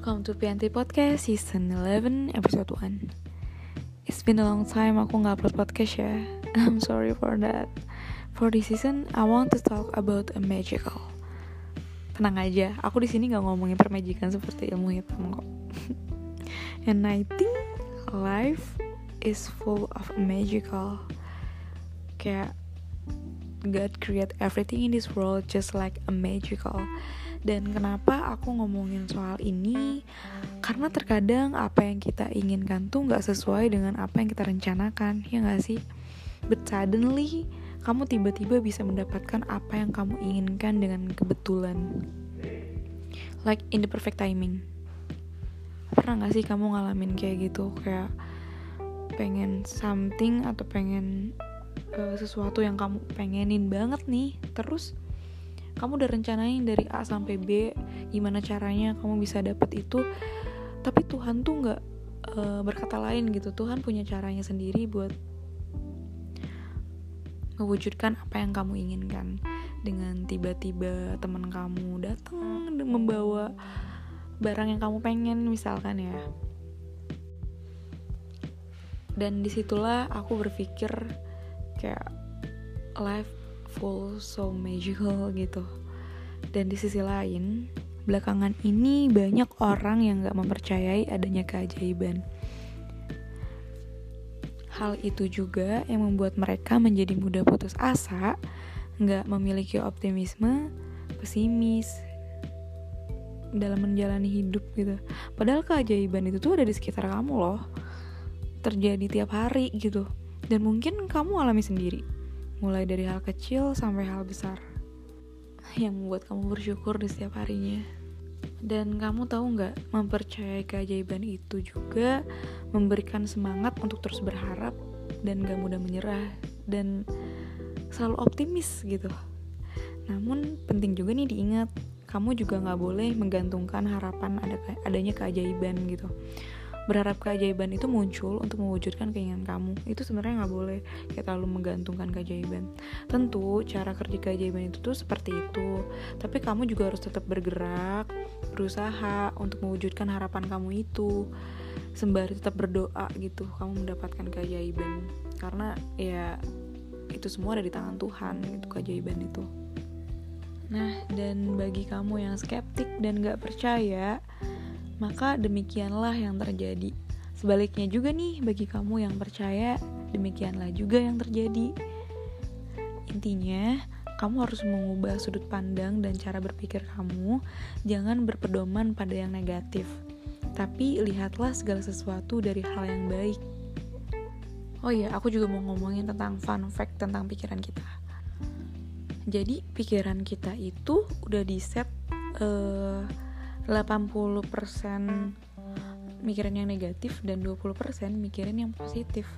Welcome to PNT Podcast Season 11 Episode 1. It's been a long time aku gak upload podcast ya. I'm sorry for that. For this season, I want to talk about a magical. Tenang aja, aku di sini gak ngomongin permajikan seperti ilmu hitam kok. And I think life is full of magical. Kayak God create everything in this world just like a magical. Dan kenapa aku ngomongin soal ini? Karena terkadang apa yang kita inginkan tuh gak sesuai dengan apa yang kita rencanakan, ya gak sih? But suddenly, kamu tiba-tiba bisa mendapatkan apa yang kamu inginkan dengan kebetulan. Like in the perfect timing. Pernah gak sih kamu ngalamin kayak gitu? Kayak pengen something atau pengen sesuatu yang kamu pengenin banget nih. Terus kamu udah rencanain dari A sampai B gimana caranya kamu bisa dapet itu, tapi Tuhan tuh gak berkata lain gitu. Tuhan punya caranya sendiri buat mewujudkan apa yang kamu inginkan. Dengan tiba-tiba teman kamu datang membawa barang yang kamu pengen misalkan ya. Dan disitulah aku berpikir kayak life full so magical gitu. Dan di sisi lain, belakangan ini banyak orang yang gak mempercayai adanya keajaiban. Hal itu juga yang membuat mereka menjadi mudah putus asa, gak memiliki optimisme, pesimis dalam menjalani hidup gitu. Padahal keajaiban itu tuh ada di sekitar kamu loh, terjadi tiap hari gitu. Dan mungkin kamu alami sendiri, mulai dari hal kecil sampai hal besar yang membuat kamu bersyukur di setiap harinya. Dan kamu tahu gak, mempercayai keajaiban itu juga memberikan semangat untuk terus berharap dan gak mudah menyerah dan selalu optimis gitu. Namun penting juga nih diingat, kamu juga gak boleh menggantungkan harapan adanya keajaiban gitu. Berharap keajaiban itu muncul untuk mewujudkan keinginan kamu, itu sebenarnya gak boleh kayak terlalu menggantungkan keajaiban. Tentu cara kerja keajaiban itu tuh seperti itu, tapi kamu juga harus tetap bergerak, berusaha untuk mewujudkan harapan kamu itu, sembari tetap berdoa gitu kamu mendapatkan keajaiban. Karena ya itu semua ada di tangan Tuhan gitu, keajaiban itu. Nah, dan bagi kamu yang skeptik dan gak percaya, maka demikianlah yang terjadi. Sebaliknya juga nih, bagi kamu yang percaya, demikianlah juga yang terjadi. Intinya, kamu harus mengubah sudut pandang dan cara berpikir kamu. Jangan berpedoman pada yang negatif, tapi lihatlah segala sesuatu dari hal yang baik. Oh iya, aku juga mau ngomongin tentang fun fact tentang pikiran kita. Jadi, pikiran kita itu udah di-set 80% mikirin yang negatif dan 20% mikirin yang positif.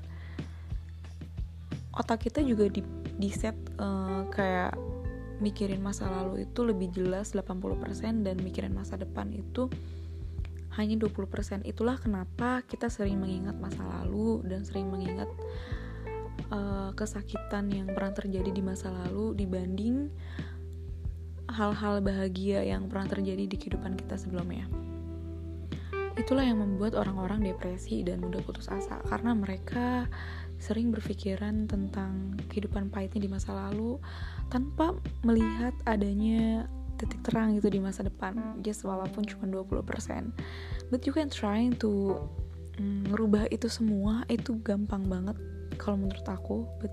Otak kita juga di set kayak mikirin masa lalu itu lebih jelas 80% dan mikirin masa depan itu hanya 20%. Itulah kenapa kita sering mengingat masa lalu dan sering mengingat kesakitan yang pernah terjadi di masa lalu dibanding hal-hal bahagia yang pernah terjadi di kehidupan kita sebelumnya. Itulah yang membuat orang-orang depresi dan mudah putus asa, karena mereka sering berpikiran tentang kehidupan pahitnya di masa lalu tanpa melihat adanya titik terang gitu di masa depan, just walaupun cuma 20%. But you can try to ngerubah itu semua, itu gampang banget kalau menurut aku. But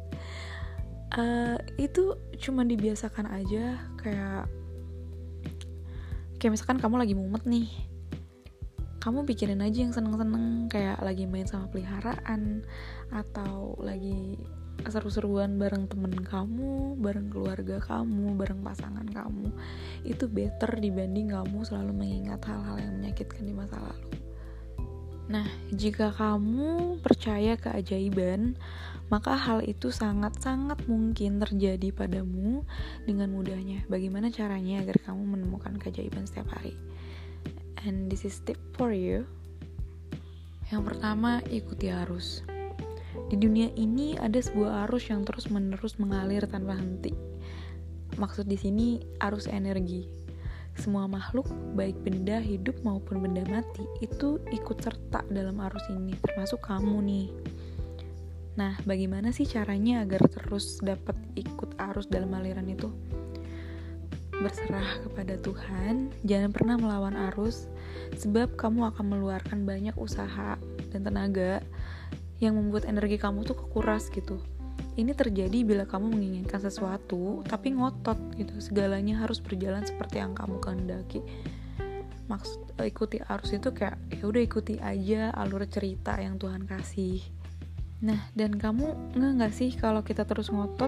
itu cuma dibiasakan aja. Kayak misalkan kamu lagi mumet nih, kamu pikirin aja yang seneng-seneng, kayak lagi main sama peliharaan atau lagi seru-seruan bareng temen kamu, bareng keluarga kamu, bareng pasangan kamu. Itu better dibanding kamu selalu mengingat hal-hal yang menyakitkan di masa lalu. Nah, jika kamu percaya keajaiban, maka hal itu sangat-sangat mungkin terjadi padamu dengan mudahnya. Bagaimana caranya agar kamu menemukan keajaiban setiap hari? And this is tip for you. Yang pertama, ikuti arus. Di dunia ini ada sebuah arus yang terus-menerus mengalir tanpa henti. Maksud di sini arus energi. Semua makhluk, baik benda hidup maupun benda mati, itu ikut serta dalam arus ini, termasuk kamu nih. Nah, bagaimana sih caranya agar terus dapat ikut arus dalam aliran itu? Berserah kepada Tuhan, jangan pernah melawan arus, sebab kamu akan mengeluarkan banyak usaha dan tenaga yang membuat energi kamu tuh kekuras gitu. Ini terjadi bila kamu menginginkan sesuatu, tapi ngotot gitu, segalanya harus berjalan seperti yang kamu kehendaki. Maksud ikuti arus itu kayak, ya udah ikuti aja alur cerita yang Tuhan kasih. Nah, dan kamu nggak sih kalau kita terus ngotot,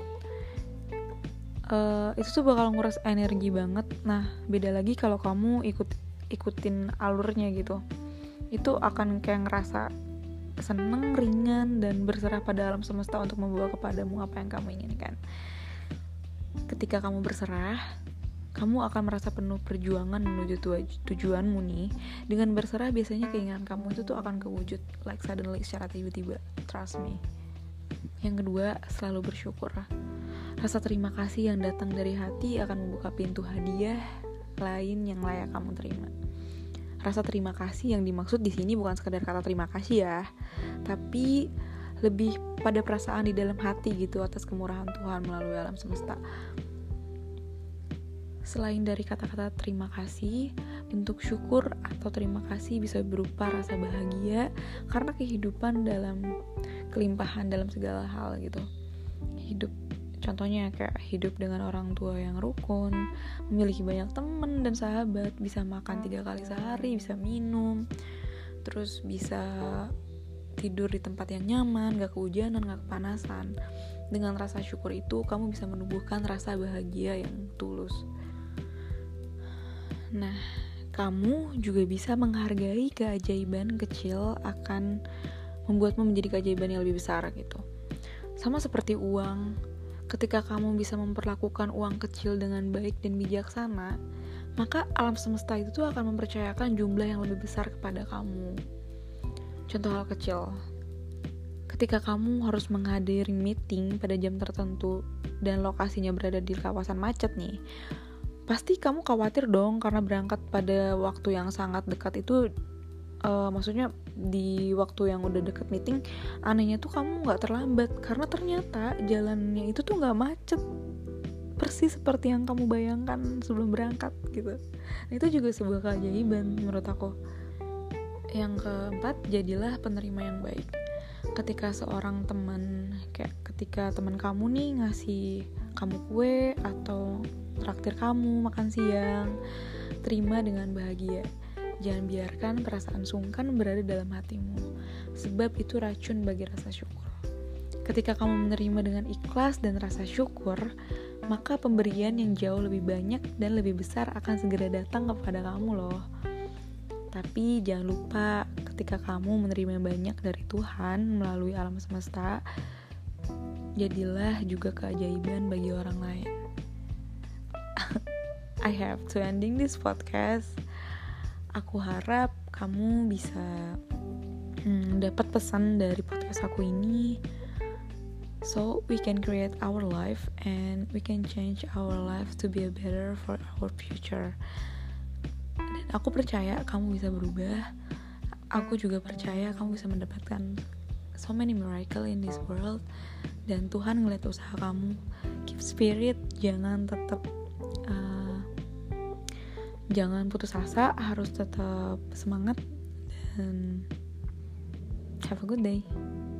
itu tuh bakal nguras energi banget. Nah, beda lagi kalau kamu ikutin alurnya gitu. Itu akan kayak ngerasa seneng, ringan, dan berserah pada alam semesta untuk membawa kepadamu apa yang kamu inginkan. Ketika kamu berserah, kamu akan merasa penuh perjuangan menuju tujuanmu nih. Dengan berserah biasanya keinginan kamu itu tuh akan kewujud like suddenly, secara tiba-tiba. Trust me. Yang kedua, selalu bersyukur. Rasa terima kasih yang datang dari hati akan membuka pintu hadiah lain yang layak kamu terima. Rasa terima kasih yang dimaksud di sini bukan sekadar kata terima kasih ya, tapi lebih pada perasaan di dalam hati gitu atas kemurahan Tuhan melalui alam semesta. Selain dari kata-kata terima kasih, bentuk syukur atau terima kasih bisa berupa rasa bahagia karena kehidupan dalam kelimpahan dalam segala hal gitu. Hidup, contohnya kayak hidup dengan orang tua yang rukun, memiliki banyak teman dan sahabat, bisa makan 3 kali sehari, bisa minum, terus bisa tidur di tempat yang nyaman, gak kehujanan, gak kepanasan. Dengan rasa syukur itu, kamu bisa menumbuhkan rasa bahagia yang tulus. Nah, kamu juga bisa menghargai keajaiban kecil akan membuatmu menjadi keajaiban yang lebih besar gitu. Sama seperti uang, ketika kamu bisa memperlakukan uang kecil dengan baik dan bijaksana, maka alam semesta itu tuh akan mempercayakan jumlah yang lebih besar kepada kamu. Contoh hal kecil, ketika kamu harus menghadiri meeting pada jam tertentu dan lokasinya berada di kawasan macet nih, pasti kamu khawatir dong karena berangkat pada waktu yang sangat dekat itu, maksudnya di waktu yang udah deket meeting. Anehnya tuh kamu gak terlambat karena ternyata jalannya itu tuh gak macet, persis seperti yang kamu bayangkan sebelum berangkat gitu. Nah, itu juga sebuah keajaiban menurut aku. Yang keempat, jadilah penerima yang baik. Ketika seorang teman, kayak ketika teman kamu nih ngasih kamu kue atau traktir kamu makan siang, terima dengan bahagia. Jangan biarkan perasaan sungkan berada dalam hatimu, sebab itu racun bagi rasa syukur. Ketika kamu menerima dengan ikhlas dan rasa syukur, maka pemberian yang jauh lebih banyak dan lebih besar akan segera datang kepada kamu loh. Tapi jangan lupa, ketika kamu menerima banyak dari Tuhan melalui alam semesta, jadilah juga keajaiban bagi orang lain. I have to ending this podcast. Aku harap kamu bisa dapat pesan dari podcast aku ini, so we can create our life and we can change our life to be a better for our future. Dan aku percaya kamu bisa berubah. Aku juga percaya kamu bisa mendapatkan so many miracle in this world. Dan Tuhan ngeliat usaha kamu. Keep spirit, jangan putus asa, harus tetap semangat, dan have a good day.